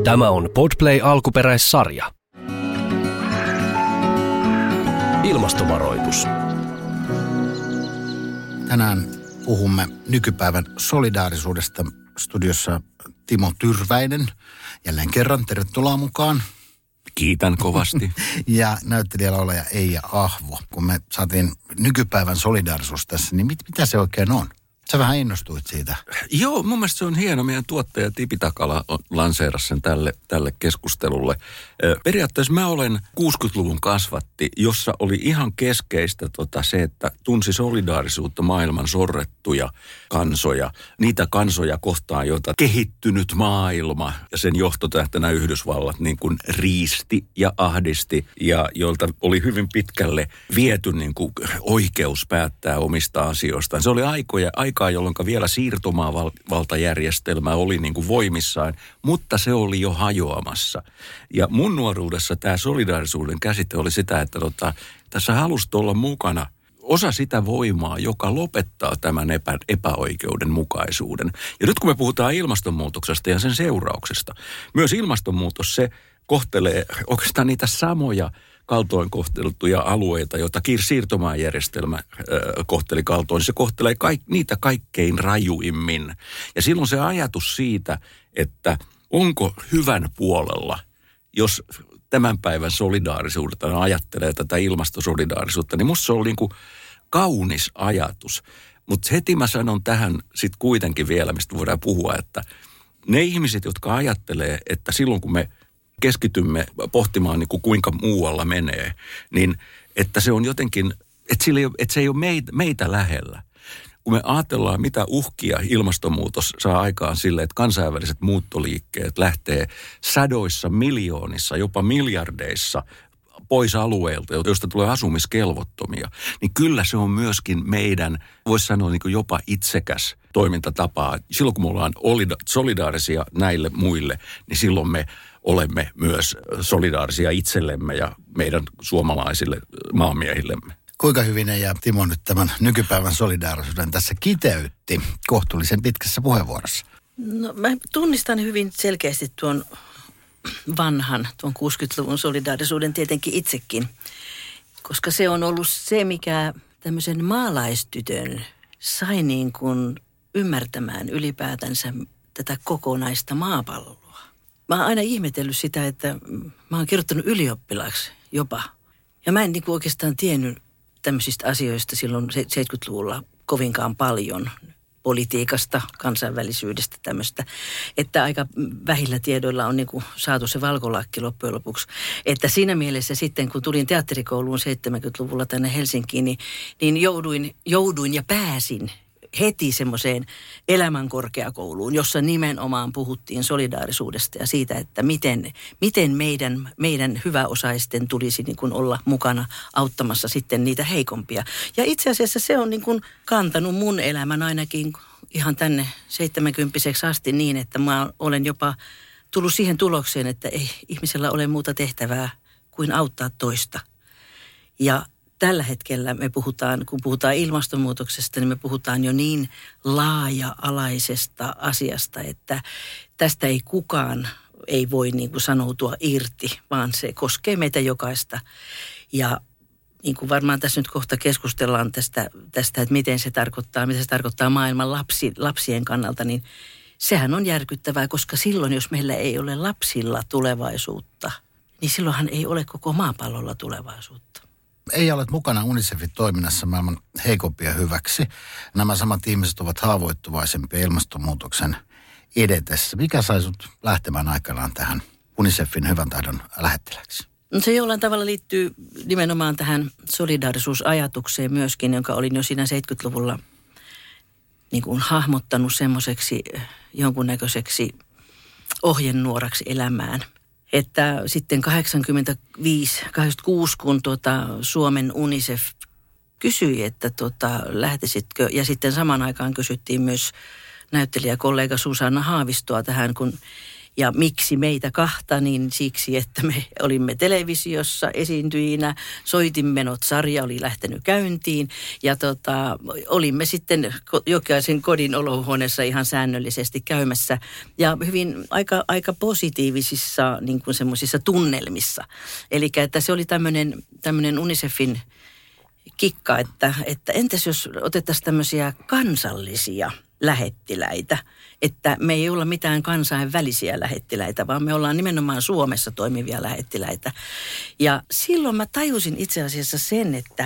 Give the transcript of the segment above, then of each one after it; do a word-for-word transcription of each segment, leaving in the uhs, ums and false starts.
Tämä on Podplay alkuperäissarja. Ilmastovaroitus. Tänään puhumme nykypäivän solidaarisuudesta. Studiossa Timo Tyrväinen. Jälleen kerran tervetuloa mukaan. Kiitän kovasti. Ja näyttelijälaulaja Eija Ahvo. Kun me saatiin nykypäivän solidaarisuus tässä, niin mit, mitä se oikein on? Sä vähän innostuit siitä. Joo, mun mielestä se on hieno. Meidän tuottaja Tipi Takala lanseerasi sen tälle, tälle keskustelulle. Periaatteessa mä olen kuusikymmentäluvun kasvatti, jossa oli ihan keskeistä tota se, että tunsi solidaarisuutta maailman sorrettuja kansoja. Niitä kansoja kohtaan, joita kehittynyt maailma ja sen johtotähtänä Yhdysvallat niin kuin riisti ja ahdisti. Ja joilta oli hyvin pitkälle viety niin kuin oikeus päättää omista asioistaan. Se oli aikoja, aikaa, jolloin vielä siirtomaavaltajärjestelmä oli niin kuin voimissaan, mutta se oli jo hajoamassa. Ja mun nuoruudessa tämä solidaarisuuden käsite oli sitä, että tota, tässä halusi olla mukana osa sitä voimaa, joka lopettaa tämän epä, epäoikeudenmukaisuuden. Ja nyt kun me puhutaan ilmastonmuutoksesta ja sen seurauksesta, myös ilmastonmuutos se kohtelee oikeastaan niitä samoja kaltoinkohteltuja alueita, joita siirtomaajärjestelmä äh, kohteli kaltoin. Se kohtelee kaik, niitä kaikkein rajuimmin. Ja silloin se ajatus siitä, että onko hyvän puolella, jos tämän päivän solidaarisuudesta ajattelee tätä ilmastosolidaarisuutta, niin musta se on niin kuin kaunis ajatus. Mutta heti mä sanon tähän sitten kuitenkin vielä, mistä voidaan puhua, että ne ihmiset, jotka ajattelee, että silloin kun me keskitymme pohtimaan niin kuin kuinka muualla menee, niin että se on jotenkin, että, sillä ei ole, että se ei ole meitä, meitä lähellä. Kun me ajatellaan, mitä uhkia ilmastonmuutos saa aikaan sille, että kansainväliset muuttoliikkeet lähtee sadoissa, miljoonissa, jopa miljardeissa pois alueilta, joista tulee asumiskelvottomia, niin kyllä se on myöskin meidän, voisi sanoa niin kuin jopa itsekäs toimintatapaa. Silloin kun me ollaan solidaarisia näille muille, niin silloin me olemme myös solidaarisia itsellemme ja meidän suomalaisille maamiehillemme. Kuinka hyvin ja Timo nyt tämän nykypäivän solidaarisuuden tässä kiteytti kohtuullisen pitkässä puheenvuorossa? No mä tunnistan hyvin selkeästi tuon vanhan, tuon kuusikymmentäluvun solidaarisuuden tietenkin itsekin, koska se on ollut se, mikä tämmöisen maalaistytön sai niin kuin ymmärtämään ylipäätänsä tätä kokonaista maapalloa. Mä oon aina ihmetellyt sitä, että mä oon kirjoittanut ylioppilaaksi jopa. Ja mä en niin kuin oikeastaan tiennyt tämmöisistä asioista silloin seitsemänkymmentäluvulla kovinkaan paljon. Politiikasta, kansainvälisyydestä tämmöistä. Että aika vähillä tiedoilla on niin kuin saatu se valkolakki loppujen lopuksi. Että siinä mielessä sitten, kun tulin teatterikouluun seitsemänkymmentäluvulla tänne Helsinkiin, niin, niin jouduin, jouduin ja pääsin heti semmoiseen elämänkorkeakouluun, jossa nimenomaan puhuttiin solidaarisuudesta ja siitä, että miten, miten meidän, meidän hyväosaisten tulisi niin kuin olla mukana auttamassa sitten niitä heikompia. Ja itse asiassa se on niin kuin kantanut mun elämän ainakin ihan tänne seitsemänkymppiseksi asti niin, että mä olen jopa tullut siihen tulokseen, että ei ihmisellä ole muuta tehtävää kuin auttaa toista. Ja tällä hetkellä me puhutaan, kun puhutaan ilmastonmuutoksesta, niin me puhutaan jo niin laaja-alaisesta asiasta, että tästä ei kukaan ei voi niin kuin sanoutua irti, vaan se koskee meitä jokaista. Ja niin kuin varmaan tässä nyt kohta keskustellaan tästä, tästä, että miten se tarkoittaa, mitä se tarkoittaa maailman lapsi, lapsien kannalta, niin sehän on järkyttävää, koska silloin, jos meillä ei ole lapsilla tulevaisuutta, niin silloinhan ei ole koko maapallolla tulevaisuutta. Ei olet mukana UNICEFin toiminnassa maailman heikompia hyväksi. Nämä samat ihmiset ovat haavoittuvaisempia ilmastonmuutoksen edetessä. Mikä sai sut lähtemään aikanaan tähän UNICEFin hyvän tahdon lähettiläksi? No se jollain tavalla liittyy nimenomaan tähän solidaarisuusajatukseen myöskin, jonka olin jo siinä seitsemänkymmentäluvulla niin kuin hahmottanut semmoiseksi jonkunnäköiseksi ohjenuoraksi elämään. Että sitten kahdeksankymmentäviisi kahdeksankymmentäkuusi, kun tuota Suomen UNICEF kysyi, että tuota, lähtisitkö, ja sitten samaan aikaan kysyttiin myös näyttelijäkollega Susanna Haavistoa tähän, kun Ja miksi meitä kahta, niin siksi, että me olimme televisiossa esiintyjinä, Soitinmenot-sarja oli lähtenyt käyntiin ja tota, olimme sitten jokaisen kodin olohuoneessa ihan säännöllisesti käymässä ja hyvin aika, aika positiivisissa niin kuin semmoisissa tunnelmissa. Eli että se oli tämmöinen, tämmöinen UNICEFin kikka, että, että entäs jos otettaisiin tämmöisiä kansallisia lähettiläitä, että me ei olla mitään kansainvälisiä lähettiläitä, vaan me ollaan nimenomaan Suomessa toimivia lähettiläitä. Ja silloin mä tajusin itse asiassa sen, että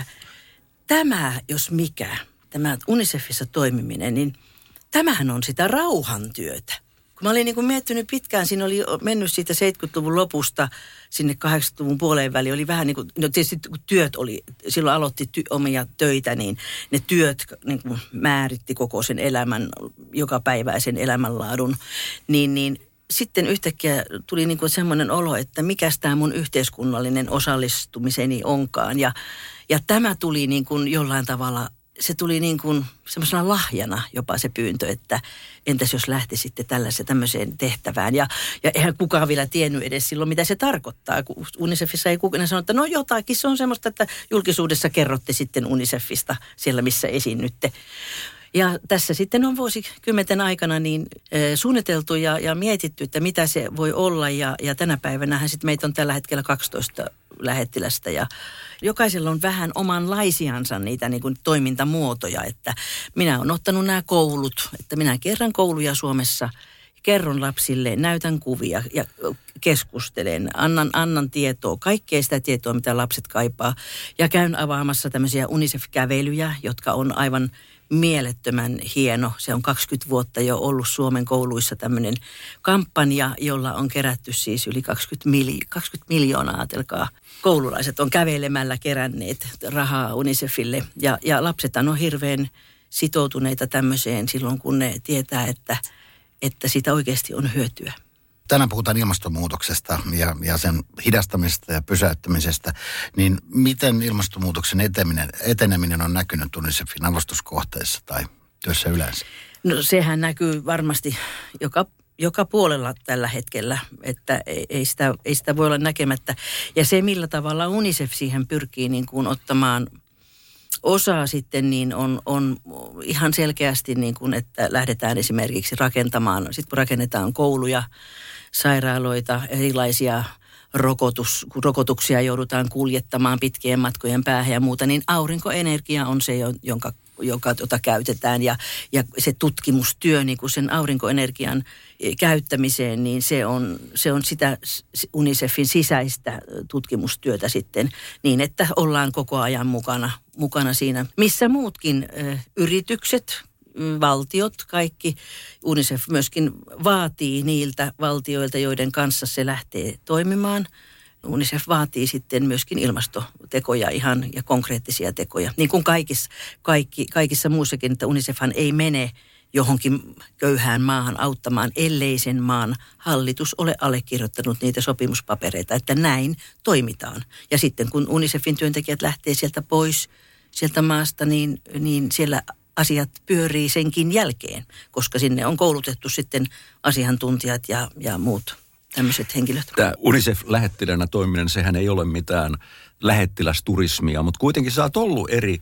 tämä, jos mikä, tämä UNICEFissa toimiminen, niin tämähän on sitä rauhantyötä. Kun mä olin niin kuin miettinyt pitkään, siinä oli mennyt siitä seitsemänkymmentäluvun lopusta sinne kahdeksankymmentäluvun puoleen väliin, oli vähän niin kuin, no tietysti kun työt oli, silloin aloitti ty, omia töitä, niin ne työt niin kuin määritti koko sen elämän, jokapäiväisen elämänlaadun, niin, niin sitten yhtäkkiä tuli niin kuin semmoinen olo, että mikäs tämä mun yhteiskunnallinen osallistumiseni onkaan, ja, ja tämä tuli niin kuin jollain tavalla, se tuli niin kuin semmoisena lahjana jopa se pyyntö, että entäs jos lähtisitte tällaiseen tämmöiseen tehtävään. Ja, ja eihän kukaan vielä tiennyt edes silloin, mitä se tarkoittaa. Kun UNICEFissa ei kukaan sano, että no jotakin se on semmoista, että julkisuudessa kerrotte sitten UNICEFista siellä, missä esiinnytte. Ja tässä sitten on vuosikymmenten aikana niin e, suunniteltu ja, ja mietitty, että mitä se voi olla. Ja, ja tänä päivänähän sitten meitä on tällä hetkellä kaksitoista lähettilästä ja jokaisella on vähän omanlaisiansa niitä niin kuin toimintamuotoja, että minä olen ottanut nämä koulut, että minä kerran kouluja Suomessa, kerron lapsille, näytän kuvia ja keskustelen, annan, annan tietoa, kaikkea sitä tietoa, mitä lapset kaipaa ja käyn avaamassa tämmöisiä UNICEF-kävelyjä, jotka on aivan mielettömän hieno. Se on kaksikymmentä vuotta jo ollut Suomen kouluissa tämmöinen kampanja, jolla on kerätty siis yli kaksikymmentä, mili- kaksikymmentä miljoonaa, ajatelkaa. Koululaiset on kävelemällä keränneet rahaa UNICEFille ja, ja lapsethan on hirveän sitoutuneita tämmöiseen silloin, kun ne tietää, että, että siitä oikeasti on hyötyä. Tänään puhutaan ilmastonmuutoksesta ja, ja sen hidastamisesta ja pysäyttämisestä. Niin miten ilmastonmuutoksen eteneminen, eteneminen on näkynyt UNICEFin avustuskohteissa tai työssä yleensä? No sehän näkyy varmasti joka, joka puolella tällä hetkellä, että ei, ei, sitä, ei sitä voi olla näkemättä. Ja se, millä tavalla UNICEF siihen pyrkii niin kuin ottamaan osaa sitten, niin on, on ihan selkeästi niin kuin, että lähdetään esimerkiksi rakentamaan, sitten kun rakennetaan kouluja, sairaaloita, erilaisia rokotus, kun rokotuksia joudutaan kuljettamaan pitkien matkojen päähän ja muuta, niin aurinkoenergia on se, jonka, joka, jota käytetään ja, ja se tutkimustyö niin kuin sen aurinkoenergian käyttämiseen, niin se on, se on sitä UNICEFin sisäistä tutkimustyötä sitten niin, että ollaan koko ajan mukana, mukana siinä, missä muutkin ö, yritykset, valtiot, kaikki. UNICEF myöskin vaatii niiltä valtioilta, joiden kanssa se lähtee toimimaan. UNICEF vaatii sitten myöskin ilmastotekoja ihan ja konkreettisia tekoja. Niin kuin kaikissa, kaikki, kaikissa muussakin, että UNICEFhan ei mene johonkin köyhään maahan auttamaan, ellei sen maan hallitus ole allekirjoittanut niitä sopimuspapereita, että näin toimitaan. Ja sitten kun UNICEFin työntekijät lähtee sieltä pois, sieltä maasta, niin, niin siellä asiat pyörii senkin jälkeen, koska sinne on koulutettu sitten asiantuntijat ja, ja muut tämmöiset henkilöt. Tämä UNICEF-lähettilänä toiminen, sehän ei ole mitään lähettilästurismia, mutta kuitenkin sä oot ollut eri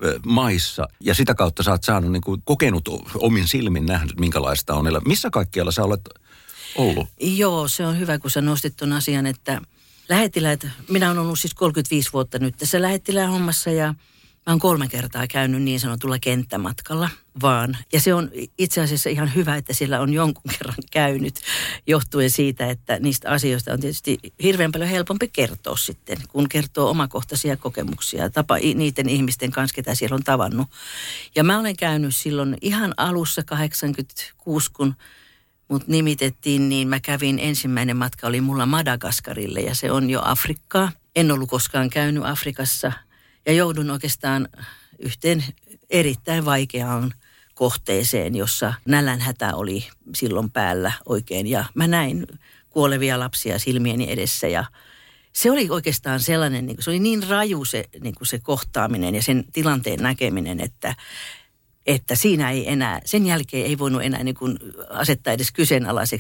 maissa ja sitä kautta sä oot saanut niin kuin kokenut omin silmin nähnyt, minkälaista on elää. Missä kaikkialla sä olet ollut? Joo, se on hyvä, kun sä nostit ton asian, että lähettiläät, minä olen ollut siis kolmekymmentäviisi vuotta nyt tässä lähettilään hommassa ja mä oon kolme kertaa käynyt niin sanotulla kenttämatkalla vaan. Ja se on itse asiassa ihan hyvä, että siellä on jonkun kerran käynyt johtuen siitä, että niistä asioista on tietysti hirveän paljon helpompi kertoa sitten, kun kertoo omakohtaisia kokemuksia, tapa niiden ihmisten kanssa, ketä siellä on tavannut. Ja mä olen käynyt silloin ihan alussa kahdeksankymmentäkuusi, kun mut nimitettiin, niin mä kävin, ensimmäinen matka oli mulla Madagaskarille ja se on jo Afrikkaa. En ollut koskaan käynyt Afrikassa. Ja joudun oikeastaan yhteen erittäin vaikeaan kohteeseen, jossa nälänhätä oli silloin päällä oikein. Ja mä näin kuolevia lapsia silmieni edessä ja se oli oikeastaan sellainen, se oli niin raju se, niin kuin se kohtaaminen ja sen tilanteen näkeminen, että, että siinä ei enää, sen jälkeen ei voinut enää niin kuin asettaa edes kyseenalaiseksi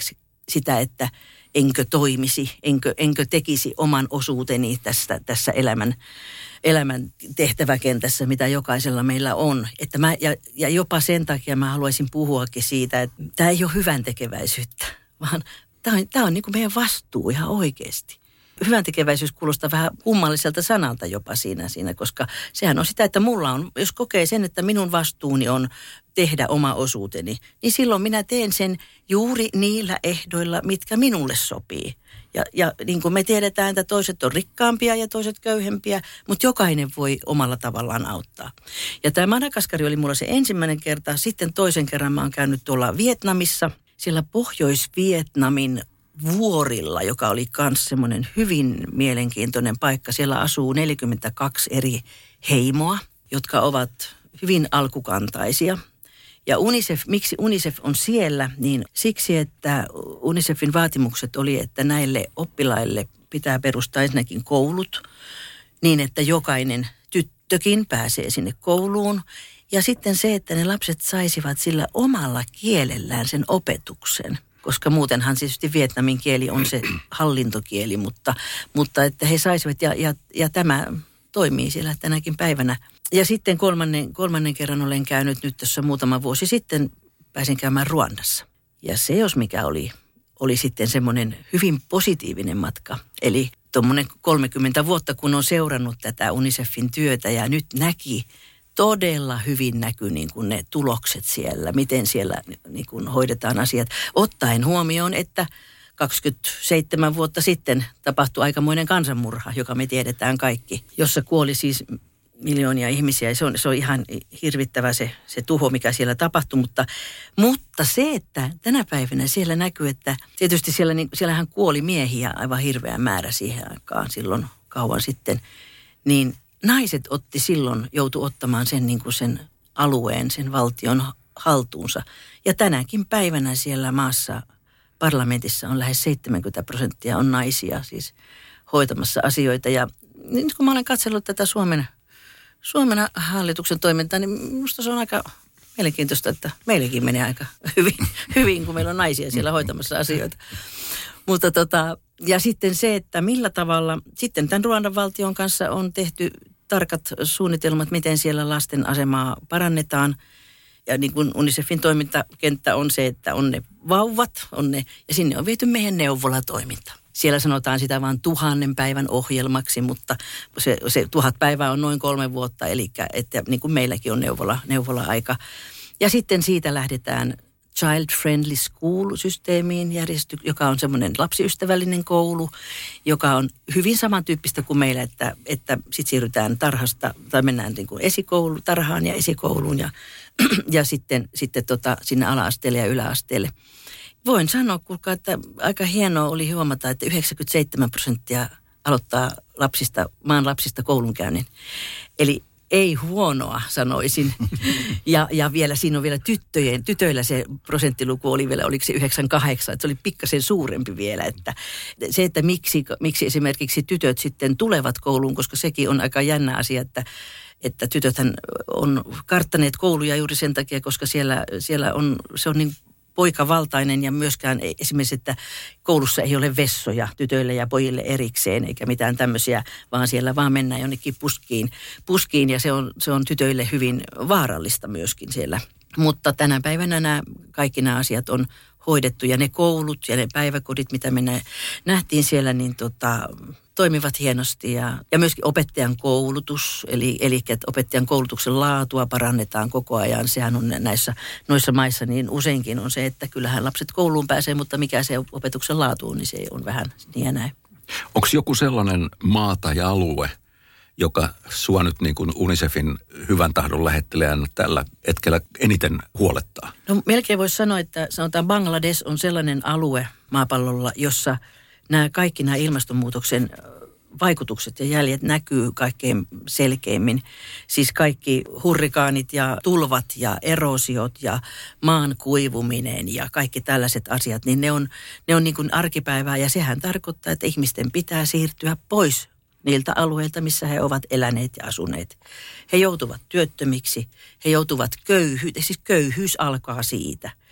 sitä, että enkö toimisi, enkö, enkö tekisi oman osuuteni tästä, tässä elämän, elämän tehtäväkentässä, mitä jokaisella meillä on. Että mä, ja, ja jopa sen takia mä haluaisin puhuakin siitä, että tämä ei ole hyvän tekeväisyyttä, vaan tämä on, tämä on niin kuin meidän vastuu ihan oikeasti. Hyvän tekeväisyys kuulostaa vähän kummalliselta sanalta jopa siinä, siinä, koska sehän on sitä, että mulla on, jos kokee sen, että minun vastuuni on tehdä oma osuuteni, niin silloin minä teen sen juuri niillä ehdoilla, mitkä minulle sopii. Ja, ja niin kuin me tiedetään, että toiset on rikkaampia ja toiset köyhempiä, mutta jokainen voi omalla tavallaan auttaa. Ja tämä Madagaskari oli mulla se ensimmäinen kerta, sitten toisen kerran mä oon käynyt tuolla Vietnamissa, siellä Pohjois-Vietnamin vuorilla, joka oli myös semmoinen hyvin mielenkiintoinen paikka. Siellä asuu neljäkymmentäkaksi eri heimoa, jotka ovat hyvin alkukantaisia. Ja UNICEF, miksi UNICEF on siellä, niin siksi, että UNICEFin vaatimukset oli, että näille oppilaille pitää perustaa ensinnäkin koulut, niin että jokainen tyttökin pääsee sinne kouluun. Ja sitten se, että ne lapset saisivat sillä omalla kielellään sen opetuksen. Koska muutenhan tietysti vietnamin kieli on se hallintokieli, mutta, mutta että he saisivat, ja, ja, ja tämä toimii siellä tänäkin päivänä. Ja sitten kolmannen, kolmannen kerran olen käynyt nyt tässä muutama vuosi sitten, pääsin käymään Ruandassa. Ja se, jos mikä oli, oli sitten semmoinen hyvin positiivinen matka. Eli tuommoinen kolmekymmentä vuotta, kun on seurannut tätä UNICEFin työtä ja nyt näki, todella hyvin näkyy niin kuin ne tulokset siellä, miten siellä niin kuin hoidetaan asiat. Ottaen huomioon, että kaksikymmentäseitsemän vuotta sitten tapahtui aikamoinen kansanmurha, joka me tiedetään kaikki, jossa kuoli siis miljoonia ihmisiä. Se on, se on ihan hirvittävä se, se tuho, mikä siellä tapahtui, mutta, mutta se, että tänä päivänä siellä näkyy, että tietysti siellä, niin, siellähän kuoli miehiä aivan hirveä määrä siihen aikaan silloin kauan sitten, niin naiset otti silloin, joutui ottamaan sen, niin kuin sen alueen, sen valtion haltuunsa. Ja tänäkin päivänä siellä maassa parlamentissa on lähes seitsemänkymmentä prosenttia on naisia siis hoitamassa asioita. Ja nyt kun mä olen katsellut tätä Suomen, Suomen hallituksen toimintaa, niin minusta se on aika mielenkiintoista, että meillekin menee aika hyvin, hyvin kun meillä on naisia siellä hoitamassa asioita. Mutta tota, ja sitten se, että millä tavalla, sitten tämän Ruandan valtion kanssa on tehty tarkat suunnitelmat, miten siellä lasten asemaa parannetaan. Ja niin kuin UNICEFin toimintakenttä on se, että on ne vauvat, on ne, ja sinne on viety meidän neuvolatoiminta. Siellä sanotaan sitä vain tuhannen päivän ohjelmaksi, mutta se, se tuhat päivää on noin kolme vuotta, eli että niin kuin meilläkin on neuvola, neuvola-aika. Ja sitten siitä lähdetään Child Friendly School-systeemiin järjesty, joka on semmoinen lapsiystävällinen koulu, joka on hyvin samantyyppistä kuin meillä, että, että sitten siirrytään tarhasta, tai mennään niin kuin esikoulu, tarhaan ja esikouluun ja, ja sitten, sitten tota, sinne ala-asteelle ja yläasteelle. Voin sanoa, kuulkaa, että aika hienoa oli huomata, että yhdeksänkymmentäseitsemän prosenttia aloittaa lapsista, maan lapsista koulunkäynnin. Eli ei huonoa, sanoisin. Ja, ja vielä siinä on vielä tyttöjen, tytöillä se prosenttiluku oli vielä, oliko se yhdeksänkymmentäkahdeksan, että se oli pikkasen suurempi vielä. Että se, että miksi, miksi esimerkiksi tytöt sitten tulevat kouluun, koska sekin on aika jännä asia, että, että tytöthän on karttaneet kouluja juuri sen takia, koska siellä, siellä on, se on niin poikavaltainen ja myöskään esimerkiksi, että koulussa ei ole vessoja tytöille ja pojille erikseen eikä mitään tämmöisiä, vaan siellä vaan mennään jonnekin puskiin, puskiin ja se on, se on tytöille hyvin vaarallista myöskin siellä. Mutta tänä päivänä nämä, kaikki nämä asiat on hoidettu ja ne koulut ja ne päiväkodit, mitä me nähtiin siellä, niin tota, toimivat hienosti ja, ja myöskin opettajan koulutus, eli, eli että opettajan koulutuksen laatua parannetaan koko ajan. Sehän on näissä noissa maissa niin useinkin on se, että kyllähän lapset kouluun pääsee, mutta mikä se opetuksen laatu on, niin se on vähän niin ja näin. Onko joku sellainen maa tai alue, joka sua nyt niin kuin UNICEFin hyvän tahdon lähettelijänä tällä hetkellä eniten huolettaa? No melkein voisi sanoa, että sanotaan Bangladesh on sellainen alue maapallolla, jossa nämä kaikki nämä ilmastonmuutoksen vaikutukset ja jäljet näkyy kaikkein selkeimmin. Siis kaikki hurrikaanit ja tulvat ja erosiot ja maan kuivuminen ja kaikki tällaiset asiat, niin ne on, ne on niin kuin arkipäivää ja sehän tarkoittaa, että ihmisten pitää siirtyä pois niiltä alueilta, missä he ovat eläneet ja asuneet. He joutuvat työttömiksi, he joutuvat köyhyyteen, siis köyhyys alkaa siitä.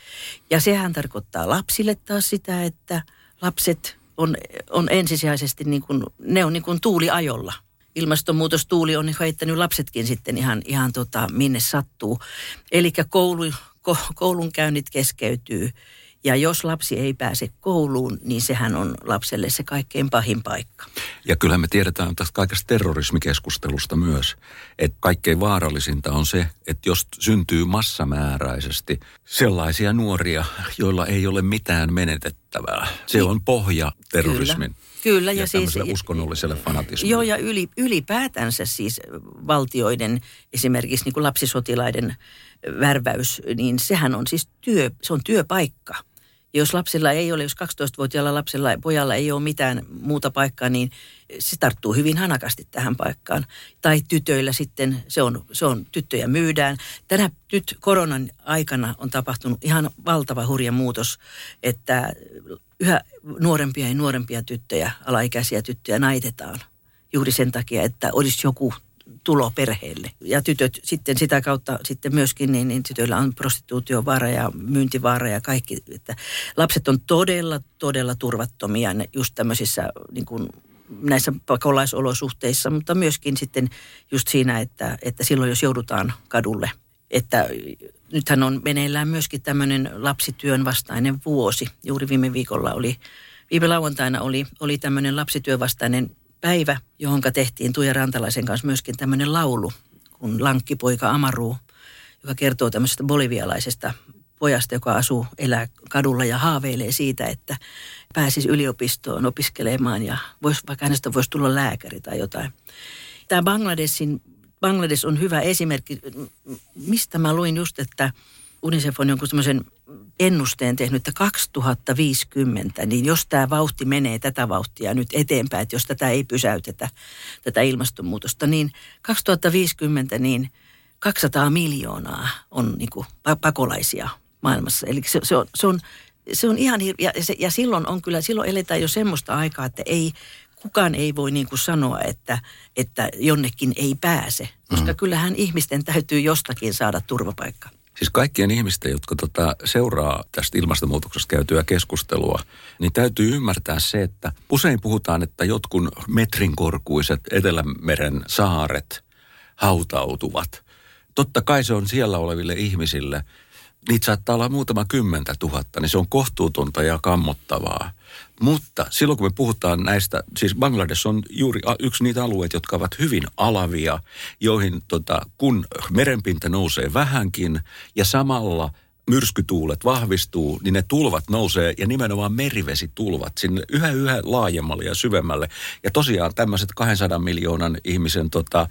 Ja sehän tarkoittaa lapsille taas sitä, että lapset on, on ensisijaisesti niin kuin, ne on niin kuin tuuliajolla. Ilmastonmuutostuuli on heittänyt lapsetkin sitten ihan, ihan tota, minne sattuu. Eli koulu, ko, koulunkäynnit keskeytyy. Ja jos lapsi ei pääse kouluun, niin sehän on lapselle se kaikkein pahin paikka. Ja kyllähän me tiedetään tästä kaikesta terrorismikeskustelusta myös, että kaikkein vaarallisinta on se, että jos syntyy massamääräisesti sellaisia nuoria, joilla ei ole mitään menetettävää. Se on pohja terrorismin. Kyllä. Kyllä, ja, ja siis uskonnolliselle fanatismille. Joo, ja yli, ylipäätänsä siis valtioiden, esimerkiksi niin kuin lapsisotilaiden värväys, niin sehän on siis työ, se on työpaikka. Ja jos lapsilla ei ole, jos kaksitoistavuotiaalla lapsella pojalla ei ole mitään muuta paikkaa, niin se tarttuu hyvin hanakasti tähän paikkaan. Tai tytöillä sitten, se on, se on tyttöjä myydään. Tänä nyt koronan aikana on tapahtunut ihan valtava hurja muutos, että yhä nuorempia ja nuorempia tyttöjä, alaikäisiä tyttöjä naitetaan juuri sen takia, että olisi joku tulo perheelle. Ja tytöt sitten sitä kautta sitten myöskin, niin, niin tytöillä on prostituutiovaara ja myyntivaara ja kaikki. Että lapset on todella, todella turvattomia just tämmöisissä niin kuin näissä pakolaisolosuhteissa, mutta myöskin sitten just siinä, että, että silloin jos joudutaan kadulle. Että nythän on meneillään myöskin tämmöinen lapsityön vastainen vuosi. Juuri viime viikolla oli, viime lauantaina oli, oli tämmöinen lapsityön vastainen päivä, johonka tehtiin Tuija Rantalaisen kanssa myöskin tämmöinen laulu, kun Lankkipoika Amaru, joka kertoo tämmöisestä bolivialaisesta pojasta, joka asuu, elää kadulla ja haaveilee siitä, että pääsisi yliopistoon opiskelemaan ja vois, vaikka hänestä voisi tulla lääkäri tai jotain. Tämä Bangladesin, Bangladesh on hyvä esimerkki, mistä mä luin just, että UNICEF on jonkun semmoisen ennusteen tehnyt, että kaksituhattaviisikymmentä, niin jos tämä vauhti menee tätä vauhtia nyt eteenpäin, että jos tätä ei pysäytetä, tätä ilmastonmuutosta, niin kaksituhattaviisikymmentä niin kaksisataa miljoonaa on niin kuin pakolaisia maailmassa. Eli se, se, on, se, on, se on ihan hirveä, ja, ja silloin on kyllä, silloin eletään jo semmoista aikaa, että ei, kukaan ei voi niin kuin sanoa, että, että jonnekin ei pääse, koska mm. kyllähän ihmisten täytyy jostakin saada turvapaikka. Siis kaikkien ihmisten, jotka tota seuraa tästä ilmastonmuutoksesta käytyä keskustelua, niin täytyy ymmärtää se, että usein puhutaan, että jotkun metrin korkuiset Etelämeren saaret hautautuvat. Totta kai se on siellä oleville ihmisille, niitä saattaa olla muutama kymmentä tuhatta, niin se on kohtuutonta ja kammottavaa. Mutta silloin kun me puhutaan näistä, siis Bangladesh on juuri yksi niitä alueita, jotka ovat hyvin alavia, joihin tota, kun merenpinta nousee vähänkin ja samalla myrskytuulet vahvistuu, niin ne tulvat nousee ja nimenomaan merivesitulvat sinne yhä yhä laajemmalle ja syvemmälle. Ja tosiaan tämmöiset kahdensadan miljoonan ihmisen tota,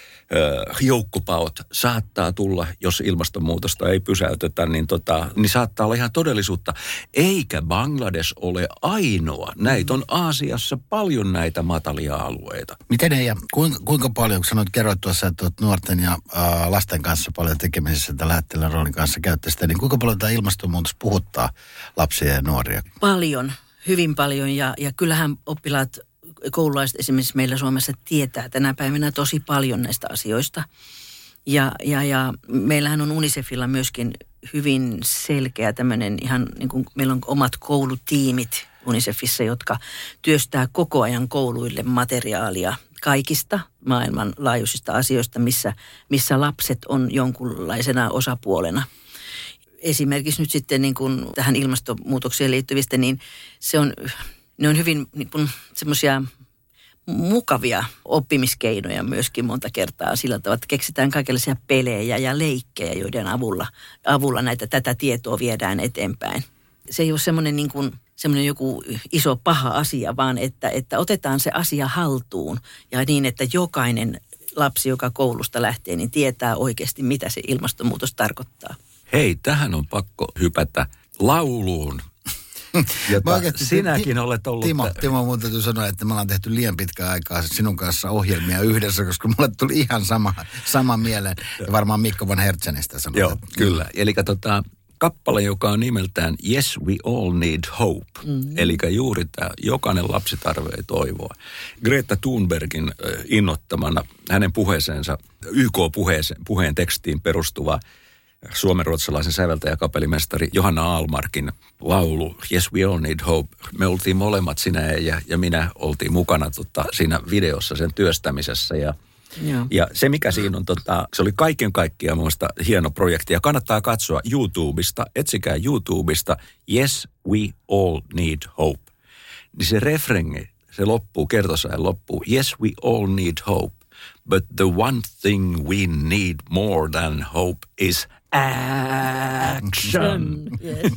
joukkopaot saattaa tulla, jos ilmastonmuutosta ei pysäytetä, niin, tota, niin saattaa olla ihan todellisuutta. Eikä Bangladesh ole ainoa. Näitä on Aasiassa paljon näitä matalia alueita. Miten ei ja kuinka, kuinka paljon, kun sanoit, kerroit tuossa, että olet nuorten ja ää, lasten kanssa paljon tekemisissä, että lähettilän roolin kanssa käytte sitä, niin kuinka paljon tämä ilmastonmuutos puhuttaa lapsia ja nuoria? Paljon, hyvin paljon ja, ja kyllähän oppilaat koululaiset esimerkiksi meillä Suomessa tietää tänä päivänä tosi paljon näistä asioista. Ja, ja, ja meillähän on UNICEFilla myöskin hyvin selkeä tämmöinen ihan niin kuin meillä on omat koulutiimit UNICEFissa, jotka työstää koko ajan kouluille materiaalia kaikista maailmanlaajuisista asioista, missä, missä lapset on jonkunlaisena osapuolena. Esimerkiksi nyt sitten niin kuin tähän ilmastonmuutokseen liittyvistä, niin se on... Ne on hyvin niin kuin semmoisia mukavia oppimiskeinoja myöskin monta kertaa sillä tavalla, että keksitään kaikenlaisia pelejä ja leikkejä, joiden avulla, avulla näitä, tätä tietoa viedään eteenpäin. Se ei ole semmoinen, niin kuin, semmoinen joku iso paha asia, vaan että, että otetaan se asia haltuun ja niin, että jokainen lapsi, joka koulusta lähtee, niin tietää oikeasti, mitä se ilmastonmuutos tarkoittaa. Hei, tähän on pakko hypätä lauluun. Jota oikeasti, sinäkin ti- olet ollut... Timo, Timo, mun täytyy sanoa, että me ollaan tehty liian pitkään aikaa sinun kanssa ohjelmia yhdessä, koska mulle tuli ihan sama, sama mieleen. Ja varmaan Mikko von Hertzenistä sanoo. Joo, kyllä. Eli tota, kappale, joka on nimeltään Yes, we all need hope. Mm-hmm. Eli juuri tämä jokainen lapsi tarvitsee toivoa. Greta Thunbergin innoittamana hänen puheeseensa, Y K-puheen tekstiin perustuva suomenruotsalaisen säveltäjä kapellimestari Johanna Ahlmarkin laulu Yes We All Need Hope. Me oltiin molemmat, sinä ja, ja minä, oltiin mukana tota, siinä videossa sen työstämisessä ja Joo. Ja se, mikä siinä on, tota, se oli kaiken kaikkiaan muista hieno projekti. Ja kannattaa katsoa YouTubesta, etsikää YouTubesta Yes, we all need hope. Niin se refrengi, se loppuu, kertosäen loppuu. Yes, we all need hope. But the one thing we need more than hope is action. Yes.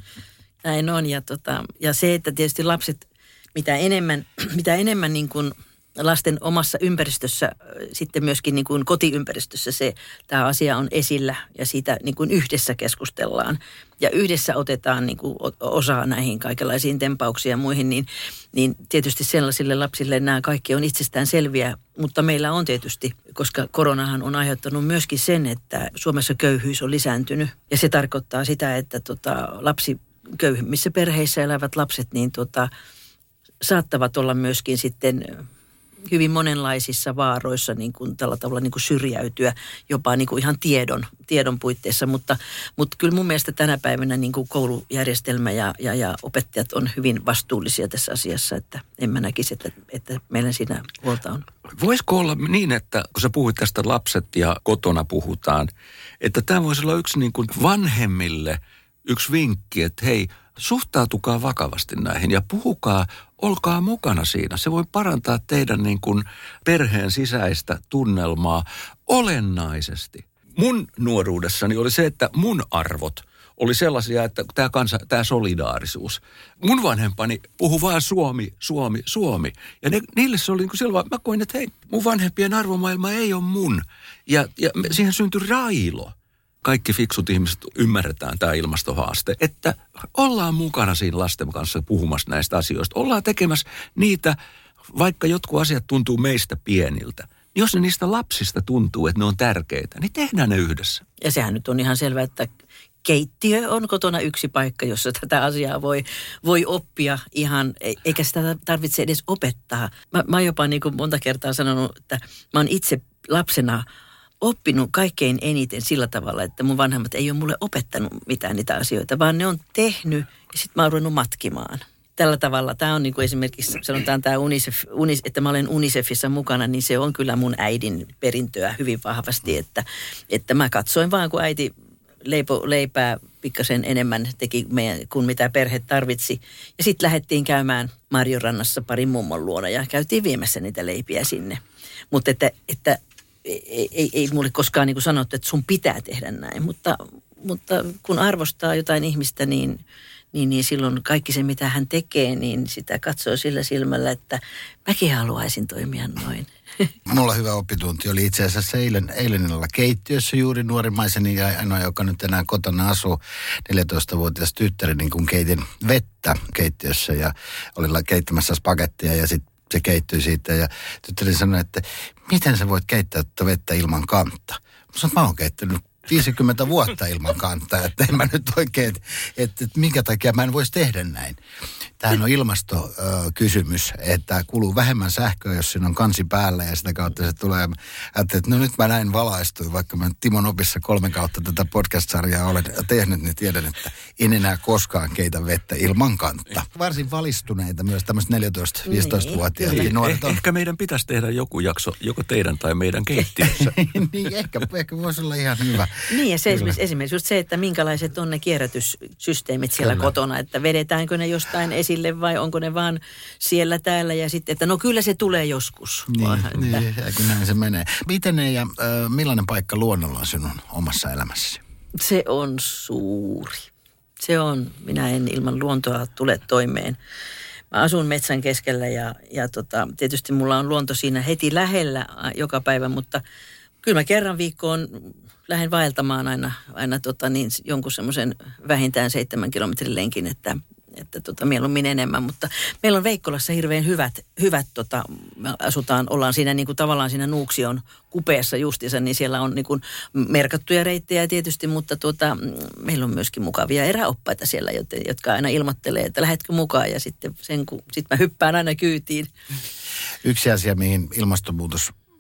Näin on. Ja, tota, ja se, että tietysti lapset, mitä enemmän, mitä enemmän niin kuin lasten omassa ympäristössä, sitten myöskin niin kuin kotiympäristössä se, tämä asia on esillä ja siitä niin kuin yhdessä keskustellaan ja yhdessä otetaan niin kuin osaa näihin kaikenlaisiin tempauksiin ja muihin, niin, niin tietysti sellaisille lapsille nämä kaikki on itsestään selviä, mutta meillä on tietysti, koska koronahan on aiheuttanut myöskin sen, että Suomessa köyhyys on lisääntynyt ja se tarkoittaa sitä, että tota, lapsi köyhimmissä perheissä elävät lapset niin tota, saattavat olla myöskin sitten hyvin monenlaisissa vaaroissa niin kuin tällä tavalla niin kuin syrjäytyä jopa niin kuin ihan tiedon, tiedon puitteissa, mutta, mutta kyllä mun mielestä tänä päivänä niin kuin koulujärjestelmä ja, ja, ja opettajat on hyvin vastuullisia tässä asiassa, että en mä näkisi, että, että meillä siinä huolta on. Voisiko olla niin, että kun sä puhuit tästä lapset ja kotona puhutaan, että tämä voisi olla yksi niin kuin vanhemmille yksi vinkki, että hei, suhtautukaa vakavasti näihin ja puhukaa, olkaa mukana siinä. Se voi parantaa teidän niin kuin perheen sisäistä tunnelmaa olennaisesti. Mun nuoruudessani oli se, että mun arvot oli sellaisia, että tämä, kansa, tämä solidaarisuus. Mun vanhempani puhui vaan Suomi, Suomi, Suomi. Ja ne, niille se oli niin kuin silloin, mä koin, että hei, mun vanhempien arvomaailma ei ole mun. Ja, ja siihen syntyi railo. Kaikki fiksut ihmiset ymmärretään tämä ilmastohaaste, että ollaan mukana siinä lasten kanssa puhumassa näistä asioista. Ollaan tekemässä niitä, vaikka jotkut asiat tuntuu meistä pieniltä. Jos ne niistä lapsista tuntuu, että ne on tärkeitä, niin tehdään ne yhdessä. Ja sehän nyt on ihan selvä, että keittiö on kotona yksi paikka, jossa tätä asiaa voi, voi oppia ihan, eikä sitä tarvitse edes opettaa. Mä, mä oon jopa niin kuin monta kertaa sanonut, että mä oon itse lapsena oppinut kaikkein eniten sillä tavalla, että mun vanhemmat ei ole mulle opettanut mitään niitä asioita, vaan ne on tehnyt ja sitten mä oon ruvennut matkimaan. Tällä tavalla, tämä on niin kuin esimerkiksi, sanotaan tämä UNICEF, UNICEF, että mä olen UNICEFissa mukana, niin se on kyllä mun äidin perintöä hyvin vahvasti, että, että mä katsoin vaan, kun äiti leipo, leipää pikkasen enemmän teki meidän, kuin mitä perhe tarvitsi. Ja sitten lähdettiin käymään Marjorannassa parin mummon luona ja käytiin viemässä niitä leipiä sinne. Mutta että, että Ei, ei, ei mulle koskaan niin kuin sanottu, että sun pitää tehdä näin, mutta, mutta kun arvostaa jotain ihmistä, niin, niin, niin silloin kaikki se, mitä hän tekee, niin sitä katsoo sillä silmällä, että mäkin haluaisin toimia noin. Mulla hyvä oppitunti oli itse asiassa eilen, eilen illalla keittiössä juuri nuorimmaiseni ja ainoa, joka nyt enää kotona asuu, neljätoistavuotias tyttäri, niin kun keitin vettä keittiössä ja olin keittämässä spagettia ja sitten se keittyi siitä ja tyttäri sanoi, että miten sä voit keittää tätä vettä ilman kantta? Mä sanoin, mä oon keittänyt viisikymmentä vuotta ilman kantaa, että en mä nyt oikein, että, että, että minkä takia mä en voisi tehdä näin. Tämähän on ilmastokysymys, että kuluu vähemmän sähköä, jos siinä on kansi päällä ja sitä kautta se tulee. Ajattelin, että no nyt mä näin valaistuin, vaikka mä Timon opissa kolme kautta tätä podcast-sarjaa olen tehnyt, niin tiedän, että en enää koskaan keitä vettä ilman kantta. Varsin valistuneita myös tämmöiset neljätoista-viisitoista-vuotiaat niin, nuoret on. Ehkä meidän pitäisi tehdä joku jakso, joko teidän tai meidän keittiössä. Niin, ehkä, ehkä voisi olla ihan hyvä. Niin, ja se esimerkiksi, esimerkiksi just se, että minkälaiset on ne kierrätyssysteemit siellä kyllä. kotona, että vedetäänkö ne jostain esille vai onko ne vaan siellä täällä ja sitten, että no kyllä se tulee joskus. Niin, vaan, niin että... näin se menee. Miten ja äh, millainen paikka luonnolla on sinun omassa elämässäsi? Se on suuri. Se on, minä en ilman luontoa tule toimeen. Mä asun metsän keskellä ja, ja tota, tietysti mulla on luonto siinä heti lähellä joka päivä, mutta kyllä mä kerran viikkoon lähden vaeltamaan aina, aina tota niin, jonkun semmoisen vähintään seitsemän kilometrin lenkin, että, että tota, mieluummin enemmän. Mutta meillä on Veikkolassa hirveän hyvät, hyvät tota, me asutaan, ollaan siinä niin kuin tavallaan siinä Nuuksion kupeessa justiinsa, niin siellä on niin kuin merkattuja reittejä tietysti, mutta tuota, meillä on myöskin mukavia eräoppaita siellä, jotka aina ilmoittelee, että lähdetkö mukaan ja sitten sen, kun, sit mä hyppään aina kyytiin. Yksi asia, mihin ilmastonmuutos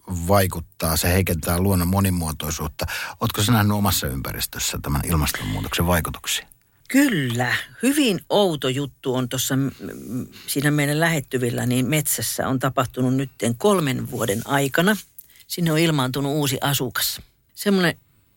vaikuttaa, se heikentää luonnon monimuotoisuutta. Ootko sinä nähnyt omassa ympäristössä tämän ilmastonmuutoksen vaikutuksia? Kyllä. Hyvin outo juttu on tuossa siinä meidän lähettyvillä, niin metsässä on tapahtunut nyt kolmen vuoden aikana. Sinne on ilmaantunut uusi asukas. Semmoinen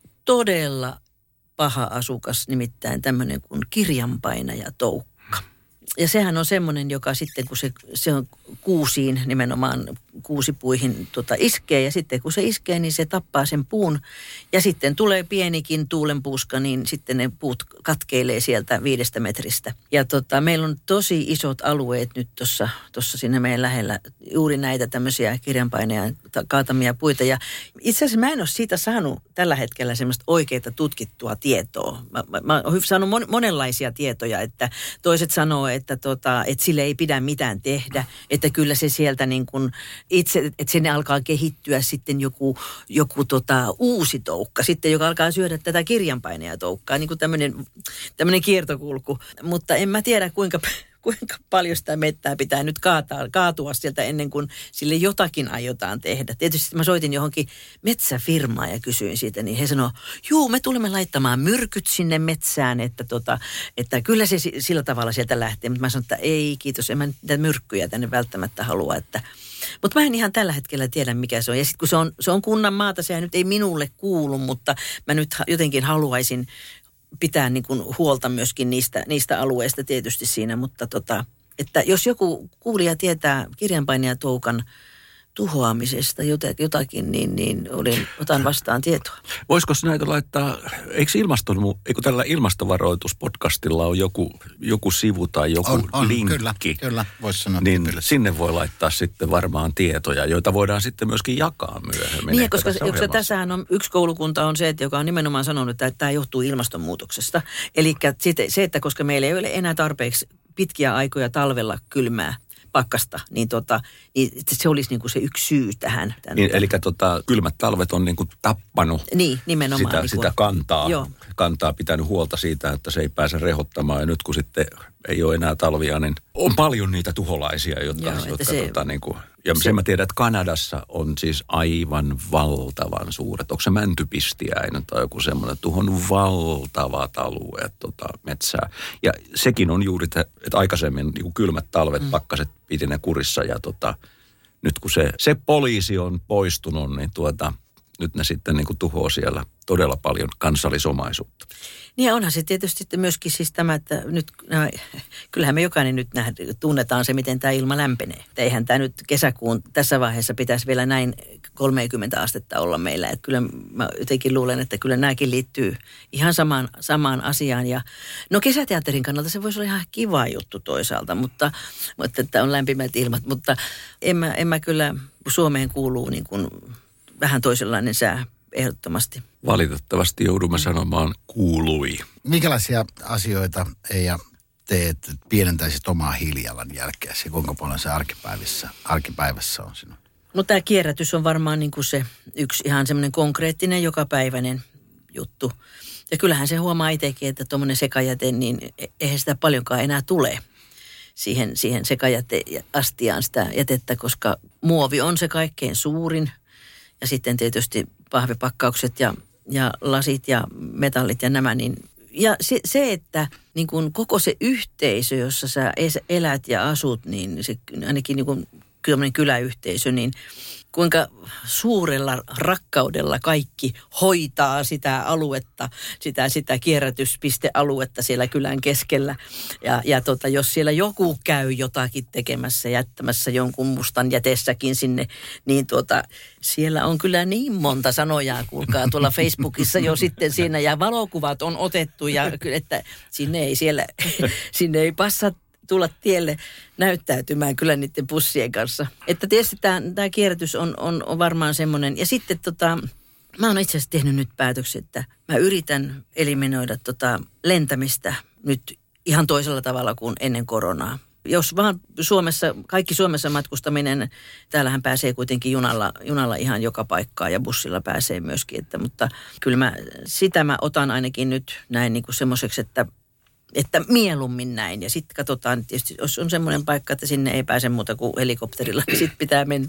todella paha asukas, nimittäin tämmöinen kuin kirjanpainajatoukka. Ja sehän on semmoinen, joka sitten kun se, se on kuusiin, nimenomaan kuusipuihin tota, iskee. Ja sitten kun se iskee, niin se tappaa sen puun. Ja sitten tulee pienikin tuulenpuuska, niin sitten ne puut katkeilee sieltä viidestä metristä. Ja tota, meillä on tosi isot alueet nyt tuossa tossa siinä meidän lähellä. Juuri näitä tämmöisiä kirjanpainajan kaatamia puita. Ja itse asiassa mä en ole siitä saanut tällä hetkellä semmoista oikeaa tutkittua tietoa. Mä, mä, mä oon saanut mon, monenlaisia tietoja, että toiset sanoo, että, tota, että sille ei pidä mitään tehdä. Että kyllä se sieltä niin kuin itse, että sinne alkaa kehittyä sitten joku, joku tota uusi toukka, sitten joka alkaa syödä tätä kirjanpainajatoukkaa, niin kuin tämmöinen, tämmöinen kiertokulku. Mutta en mä tiedä, kuinka, kuinka paljon sitä mettää pitää nyt kaataa, kaatua sieltä ennen kuin sille jotakin aiotaan tehdä. Tietysti mä soitin johonkin metsäfirmaan ja kysyin siitä, niin he sanoo, juu, me tulemme laittamaan myrkyt sinne metsään, että, tota, että kyllä se sillä tavalla sieltä lähtee. Mutta mä sanoin, että ei, kiitos, en mä niitä myrkkyjä tänne välttämättä halua, että mutta mä en ihan tällä hetkellä tiedä, mikä se on. Ja sitten kun se on, se on kunnan maata, sehän nyt ei minulle kuulu, mutta mä nyt jotenkin haluaisin pitää niin kuin huolta myöskin niistä, niistä alueista tietysti siinä. Mutta tota, että jos joku kuulija tietää kirjanpainajatoukan tuhoamisesta jotakin, niin, niin olin, otan vastaan tietoa. Voisiko näitä laittaa, eikö, ilmaston, eikö tällä ilmastovaroituspodcastilla on joku, joku sivu tai joku on, on, linkki? Kyllä, kyllä voisi sanoa. Niin sinne voi laittaa sitten varmaan tietoja, joita voidaan sitten myöskin jakaa myöhemmin. Niin, koska, koska tässähän on yksi koulukunta on se, että joka on nimenomaan sanonut, että tämä johtuu ilmastonmuutoksesta. Eli se, että koska meillä ei ole enää tarpeeksi pitkiä aikoja talvella kylmää, pakkasta, niin, tota, niin se olisi niin kuin se yksi syy tähän. Niin, eli tota, kylmät talvet on niin kuin tappanut niin, nimenomaan, sitä, niin kuin, sitä kantaa, joo. kantaa, pitänyt huolta siitä, että se ei pääse rehottamaan. Ja nyt kun sitten ei ole enää talvia, niin on paljon niitä tuholaisia, jotka... Joo, jotka se, tota, niin kuin, ja se, sen mä tiedän, että Kanadassa on siis aivan valtavan suuret. Onko se mäntypistiäinen tai joku semmoinen, tuhon valtavat alueet tota, metsää. Ja sekin on juuri, että aikaisemmin niin kuin kylmät talvet, mm. pakkaset piti ne kurissa ja tota, nyt kun se, se poliisi on poistunut, niin tuota, nyt ne sitten niin kuin tuhoaa siellä todella paljon kansallisomaisuutta. Niin ja onhan se tietysti myöskin siis tämä, että nyt, no, kyllähän me jokainen nyt nähdään, tunnetaan se, miten tämä ilma lämpenee. Että eihän tämä nyt kesäkuun tässä vaiheessa pitäisi vielä näin kolmekymmentä astetta olla meillä. Että kyllä mä jotenkin luulen, että kyllä nämäkin liittyy ihan samaan, samaan asiaan. Ja, no kesäteatterin kannalta se voisi olla ihan kiva juttu toisaalta, mutta, mutta että on lämpimät ilmat. Mutta en mä, en mä kyllä, Suomeen kuuluu niin kuin vähän toisenlainen sää. Ehdottomasti. Valitettavasti joudumme sanomaan kuului. Minkälaisia asioita Eija teet, että pienentäisit omaa hiilijalanjälkeäsi? Kuinka paljon se arkipäivässä, arkipäivässä on sinun? No tämä kierrätys on varmaan niin kuin se yksi ihan semmoinen konkreettinen jokapäiväinen juttu. Ja kyllähän se huomaa itsekin, että tuommoinen sekajäte, niin eihän sitä paljonkaan enää tule siihen, siihen sekajäteastiaan sitä jätettä, koska muovi on se kaikkein suurin. Ja sitten tietysti pahvipakkaukset ja, ja lasit ja metallit ja nämä. Niin, ja se, se että niin kun koko se yhteisö, jossa sä elät ja asut, niin se ainakin niin kun kyläyhteisö, niin kuinka suurella rakkaudella kaikki hoitaa sitä aluetta, sitä, sitä kierrätyspistealuetta siellä kylän keskellä. Ja, ja tota, jos siellä joku käy jotakin tekemässä, jättämässä jonkun mustan jätessäkin sinne, niin tuota, siellä on kyllä niin monta sanojaa, kuulkaa tuolla Facebookissa jo sitten siinä, ja valokuvat on otettu, ja että sinne ei siellä, sinne ei passa tulla tielle näyttäytymään kyllä niiden pussien kanssa. Että tietysti tämä, tämä kierrätys on, on, on varmaan semmoinen. Ja sitten tota, mä oon itse asiassa tehnyt nyt päätöksen, että mä yritän eliminoida tota lentämistä nyt ihan toisella tavalla kuin ennen koronaa. Jos vaan Suomessa, kaikki Suomessa matkustaminen, täällähän pääsee kuitenkin junalla, junalla ihan joka paikkaan ja bussilla pääsee myöskin. Että, mutta kyllä mä, sitä mä otan ainakin nyt näin niin kuin semmoiseksi, että Että mieluummin näin. Ja sitten katsotaan, tietysti jos on semmoinen paikka, että sinne ei pääse muuta kuin helikopterilla, niin sitten pitää mennä.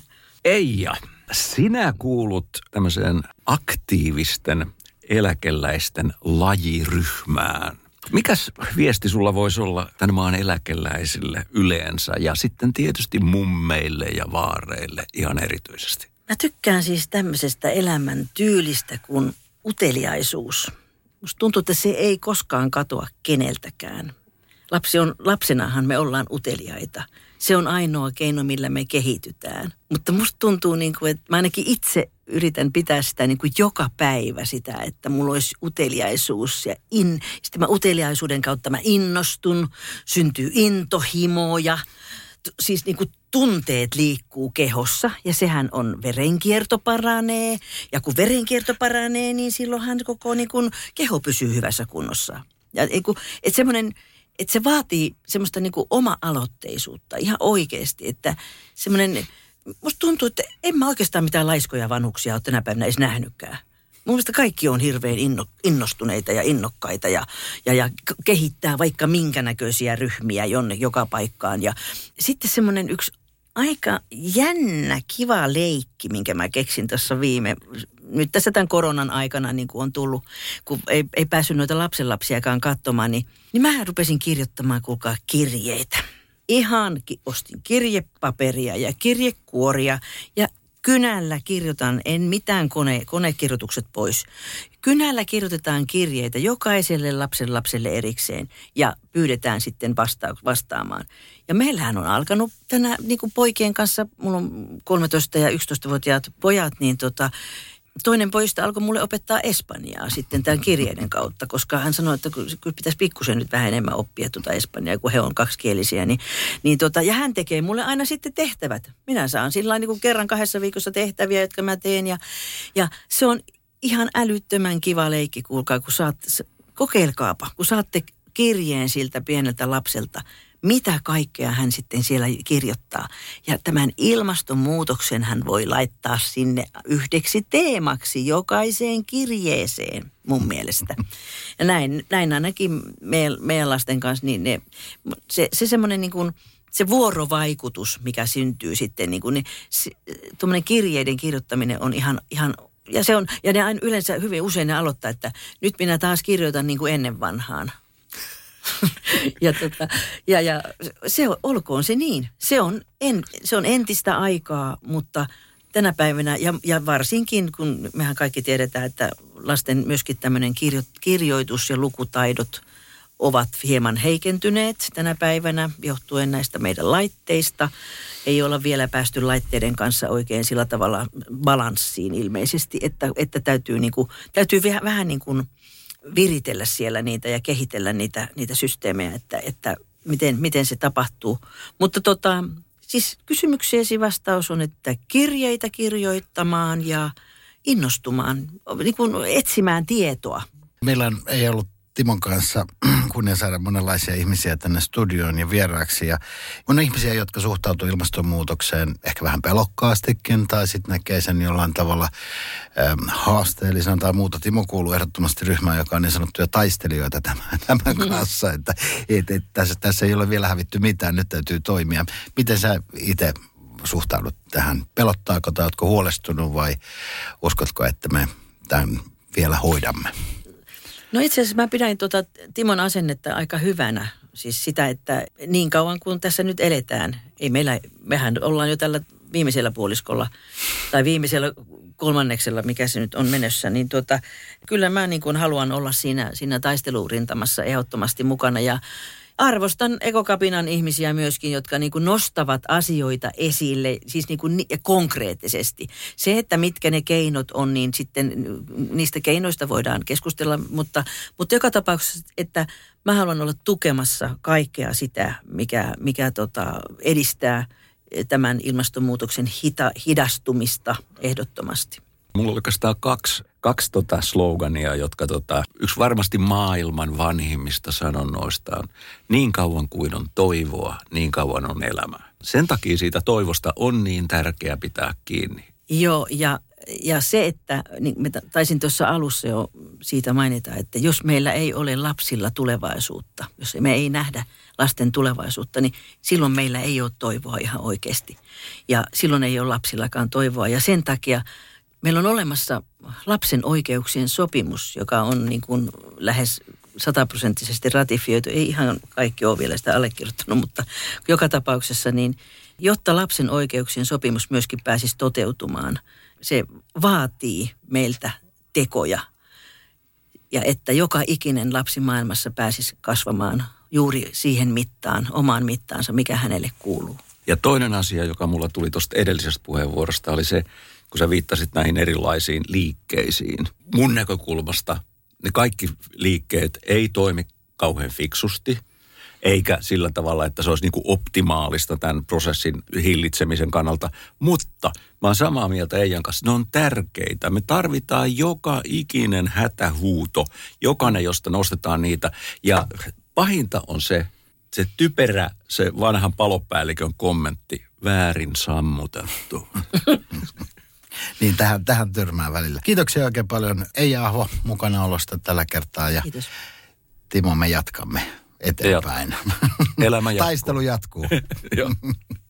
Eija, sinä kuulut tämmöiseen aktiivisten eläkeläisten lajiryhmään. Mikäs viesti sulla voisi olla tämän maan eläkeläisille yleensä ja sitten tietysti mummeille ja vaareille ihan erityisesti? Mä tykkään siis tämmöisestä elämän tyylistä kuin uteliaisuus. Musta tuntuu, että se ei koskaan katoa keneltäkään. Lapsi on, lapsenahan me ollaan uteliaita. Se on ainoa keino, millä me kehitytään. Mutta musta tuntuu, niin kuin, että mä ainakin itse yritän pitää sitä niin kuin joka päivä sitä, että mulla olisi uteliaisuus. Ja in, sitten mä uteliaisuuden kautta mä innostun, syntyy intohimoja. Siis niin kuin tunteet liikkuu kehossa ja sehän on verenkierto paranee. Ja kun verenkierto paranee, niin silloinhan koko niin kuin keho pysyy hyvässä kunnossa. Ja että semmoinen... Että se vaatii semmoista niinku oma-aloitteisuutta ihan oikeasti, että semmoinen, musta tuntuu, että en mä oikeastaan mitään laiskoja vanhuksia ole tänä päivänä edes nähnytkään. Mun mielestä kaikki on hirveän inno, innostuneita ja innokkaita ja, ja, ja kehittää vaikka minkä näköisiä ryhmiä jonne joka paikkaan. Ja sitten semmoinen yksi aika jännä, kiva leikki, minkä mä keksin tuossa viime, nyt tässä tämän koronan aikana niin kuin on tullut, kun ei, ei päässyt noita lapsenlapsiakaan katsomaan, niin, niin mä rupesin kirjoittamaan, kuulkaa, kirjeitä. Ihan ostin kirjepaperia ja kirjekuoria ja kynällä kirjoitan, en mitään kone, konekirjoitukset pois. Kynällä kirjoitetaan kirjeitä jokaiselle lapsen lapselle erikseen ja pyydetään sitten vasta- vastaamaan. Ja meillähän on alkanut tänä niin kuin poikien kanssa, mulla on kolmetoista- ja yksitoistavuotiaat pojat, niin tota, toinen pojista alkoi mulle opettaa espanjaa sitten tämän kirjeiden kautta, koska hän sanoi, että kyllä pitäisi pikkusen nyt vähän enemmän oppia tuota espanjaa, kun he on kaksikielisiä. Niin, niin tota, ja hän tekee mulle aina sitten tehtävät. Minä saan sillä niin kuin kerran kahdessa viikossa tehtäviä, jotka mä teen. Ja, ja se on ihan älyttömän kiva leikki, kuulkaa, kun saat, kokeilkaapa, kun saatte kirjeen siltä pieneltä lapselta, mitä kaikkea hän sitten siellä kirjoittaa. Ja tämän ilmastonmuutoksen hän voi laittaa sinne yhdeksi teemaksi jokaiseen kirjeeseen, mun mielestä. Ja näin, näin ainakin meidän, meidän lasten kanssa, niin ne, se, se semmoinen niin kuin, se vuorovaikutus, mikä syntyy sitten, niin kuin, niin tuommoinen kirjeiden kirjoittaminen on ihan, ihan ja se on, ja ne aina yleensä hyvin usein ne aloittaa, että nyt minä taas kirjoitan niin kuin ennen vanhaan. ja, tota, ja, ja se on, olkoon se niin. Se on, en, se on entistä aikaa, mutta tänä päivänä, ja, ja varsinkin kun mehän kaikki tiedetään, että lasten myöskin tämmöinen kirjo, kirjoitus- ja lukutaidot ovat hieman heikentyneet tänä päivänä johtuen näistä meidän laitteista. Ei olla vielä päästy laitteiden kanssa oikein sillä tavalla balanssiin ilmeisesti, että, että täytyy, niin kuin, täytyy vähän, vähän niin kuin viritellä siellä niitä ja kehitellä niitä, niitä systeemejä, että, että miten, miten se tapahtuu. Mutta tota, siis kysymykseesi vastaus on, että kirjeitä kirjoittamaan ja innostumaan, niin kuin etsimään tietoa. Meillä ei ollut Timon kanssa kunnia saada monenlaisia ihmisiä tänne studioon ja vieraaksi. Ja on ihmisiä, jotka suhtautuu ilmastonmuutokseen ehkä vähän pelokkaastikin tai sitten näkee sen jollain tavalla ähm, haasteellisena tai muuta. Timo kuuluu ehdottomasti ryhmään, joka on niin sanottuja taistelijoita tämän, tämän kanssa. Että et, et, tässä, tässä ei ole vielä hävitty mitään, nyt täytyy toimia. Miten sä itse suhtaudut tähän? Pelottaako tai ootko huolestunut vai uskotko, että me tämän vielä hoidamme? No itse asiassa mä pidän tuota Timon asennetta aika hyvänä. Siis sitä, että niin kauan kuin tässä nyt eletään, ei meillä, mehän ollaan jo tällä viimeisellä puoliskolla tai viimeisellä kolmanneksella, mikä se nyt on menossa, niin tuota, kyllä mä niin kuin haluan olla siinä, siinä taistelurintamassa ehdottomasti mukana ja arvostan Ekokapinan ihmisiä myöskin, jotka niin kuin nostavat asioita esille, siis niin kuin konkreettisesti. Se, että mitkä ne keinot on, niin sitten niistä keinoista voidaan keskustella, mutta, mutta joka tapauksessa, että mä haluan olla tukemassa kaikkea sitä, mikä, mikä tota, edistää tämän ilmastonmuutoksen hita, hidastumista ehdottomasti. Mulla oli oikeastaan kaksi, kaksi tota slogania, jotka tota, yksi varmasti maailman vanhimmista sanonnoista on niin kauan kuin on toivoa, niin kauan on elämää. Sen takia siitä toivosta on niin tärkeää pitää kiinni. Joo, ja ja se, että niin me taisin tuossa alussa jo siitä mainita, että jos meillä ei ole lapsilla tulevaisuutta, jos me ei nähdä lasten tulevaisuutta, niin silloin meillä ei ole toivoa ihan oikeasti. Ja silloin ei ole lapsillakaan toivoa. Ja sen takia meillä on olemassa lapsen oikeuksien sopimus, joka on niin kuin lähes sataprosenttisesti ratifioitu. Ei ihan kaikki ole vielä sitä allekirjoittanut, mutta joka tapauksessa niin, jotta lapsen oikeuksien sopimus myöskin pääsisi toteutumaan, se vaatii meiltä tekoja. Ja että joka ikinen lapsi maailmassa pääsisi kasvamaan juuri siihen mittaan, omaan mittaansa, mikä hänelle kuuluu. Ja toinen asia, joka mulla tuli tuosta edellisestä puheenvuorosta, oli se, kun sä viittasit näihin erilaisiin liikkeisiin. Mun näkökulmasta ne kaikki liikkeet ei toimi kauhean fiksusti, eikä sillä tavalla, että se olisi niin kuin optimaalista tämän prosessin hillitsemisen kannalta. Mutta mä oon samaa mieltä Eijan kanssa, ne on tärkeitä. Me tarvitaan joka ikinen hätähuuto, jokainen, josta nostetaan niitä. Ja pahinta on se, se typerä, se vanhan palopäällikön kommentti, väärin sammutettu. Niin, tähän, tähän törmää välillä. Kiitoksia oikein paljon Eija Aho mukana olosta tällä kertaa. Ja Kiitos. Timo, me jatkamme eteenpäin. Elämä jatkuu. Taistelu jatkuu. Joo.